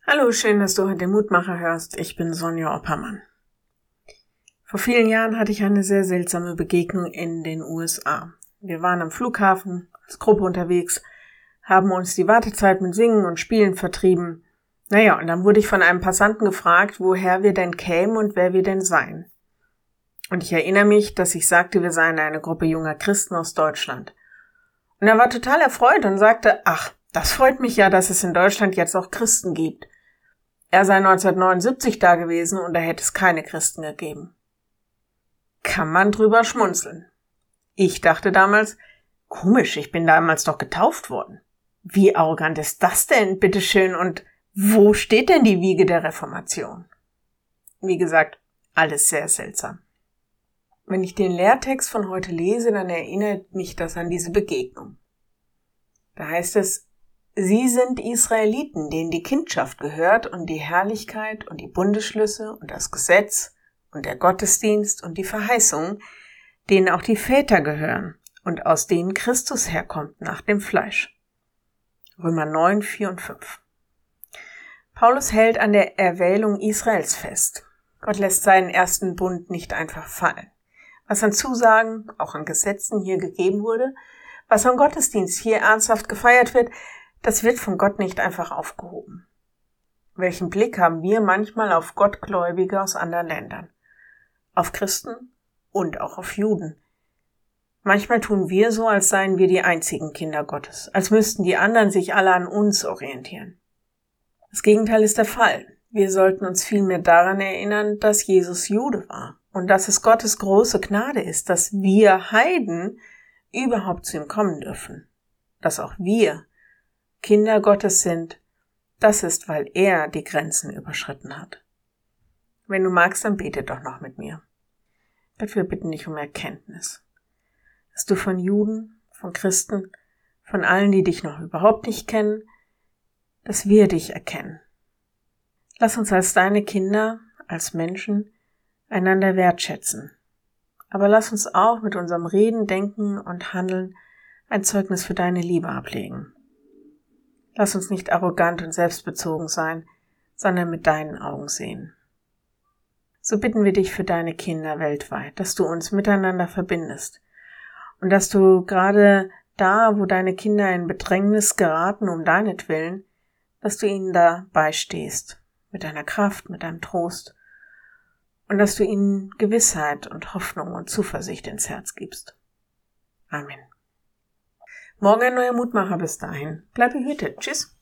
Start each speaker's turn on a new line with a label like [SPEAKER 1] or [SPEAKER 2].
[SPEAKER 1] Hallo, schön, dass du heute den Mutmacher hörst. Ich bin Sonja Oppermann. Vor vielen Jahren hatte ich eine sehr seltsame Begegnung in den USA. Wir waren am Flughafen als Gruppe unterwegs, haben uns die Wartezeit mit Singen und Spielen vertrieben. Und dann wurde ich von einem Passanten gefragt, woher wir denn kämen und wer wir denn seien. Und ich erinnere mich, dass ich sagte, wir seien eine Gruppe junger Christen aus Deutschland. Und er war total erfreut und sagte, ach, das freut mich ja, dass es in Deutschland jetzt auch Christen gibt. Er sei 1979 da gewesen und da hätte es keine Christen gegeben. Kann man drüber schmunzeln. Ich dachte damals, komisch, ich bin damals doch getauft worden. Wie arrogant ist das denn, bitteschön, und wo steht denn die Wiege der Reformation? Wie gesagt, alles sehr seltsam. Wenn ich den Lehrtext von heute lese, dann erinnert mich das an diese Begegnung. Da heißt es, Sie sind Israeliten, denen die Kindschaft gehört und die Herrlichkeit und die Bundesschlüsse und das Gesetz und der Gottesdienst und die Verheißungen, denen auch die Väter gehören und aus denen Christus herkommt nach dem Fleisch. Römer 9, 4 und 5. Paulus hält an der Erwählung Israels fest. Gott lässt seinen ersten Bund nicht einfach fallen. Was an Zusagen, auch an Gesetzen hier gegeben wurde, was am Gottesdienst hier ernsthaft gefeiert wird, das wird von Gott nicht einfach aufgehoben. Welchen Blick haben wir manchmal auf Gottgläubige aus anderen Ländern? Auf Christen und auch auf Juden. Manchmal tun wir so, als seien wir die einzigen Kinder Gottes, als müssten die anderen sich alle an uns orientieren. Das Gegenteil ist der Fall. Wir sollten uns vielmehr daran erinnern, dass Jesus Jude war und dass es Gottes große Gnade ist, dass wir Heiden überhaupt zu ihm kommen dürfen. Dass auch wir Kinder Gottes sind, das ist, weil er die Grenzen überschritten hat. Wenn du magst, dann bete doch noch mit mir. Gott, wir bitten dich um Erkenntnis. Dass du von Juden, von Christen, von allen, die dich noch überhaupt nicht kennen, dass wir dich erkennen. Lass uns als deine Kinder, als Menschen, einander wertschätzen. Aber lass uns auch mit unserem Reden, Denken und Handeln ein Zeugnis für deine Liebe ablegen. Lass uns nicht arrogant und selbstbezogen sein, sondern mit deinen Augen sehen. So bitten wir dich für deine Kinder weltweit, dass du uns miteinander verbindest und dass du gerade da, wo deine Kinder in Bedrängnis geraten um deinetwillen, dass du ihnen da beistehst, mit deiner Kraft, mit deinem Trost und dass du ihnen Gewissheit und Hoffnung und Zuversicht ins Herz gibst. Amen. Morgen ein neuer Mutmacher, bis dahin. Bleib behütet. Tschüss.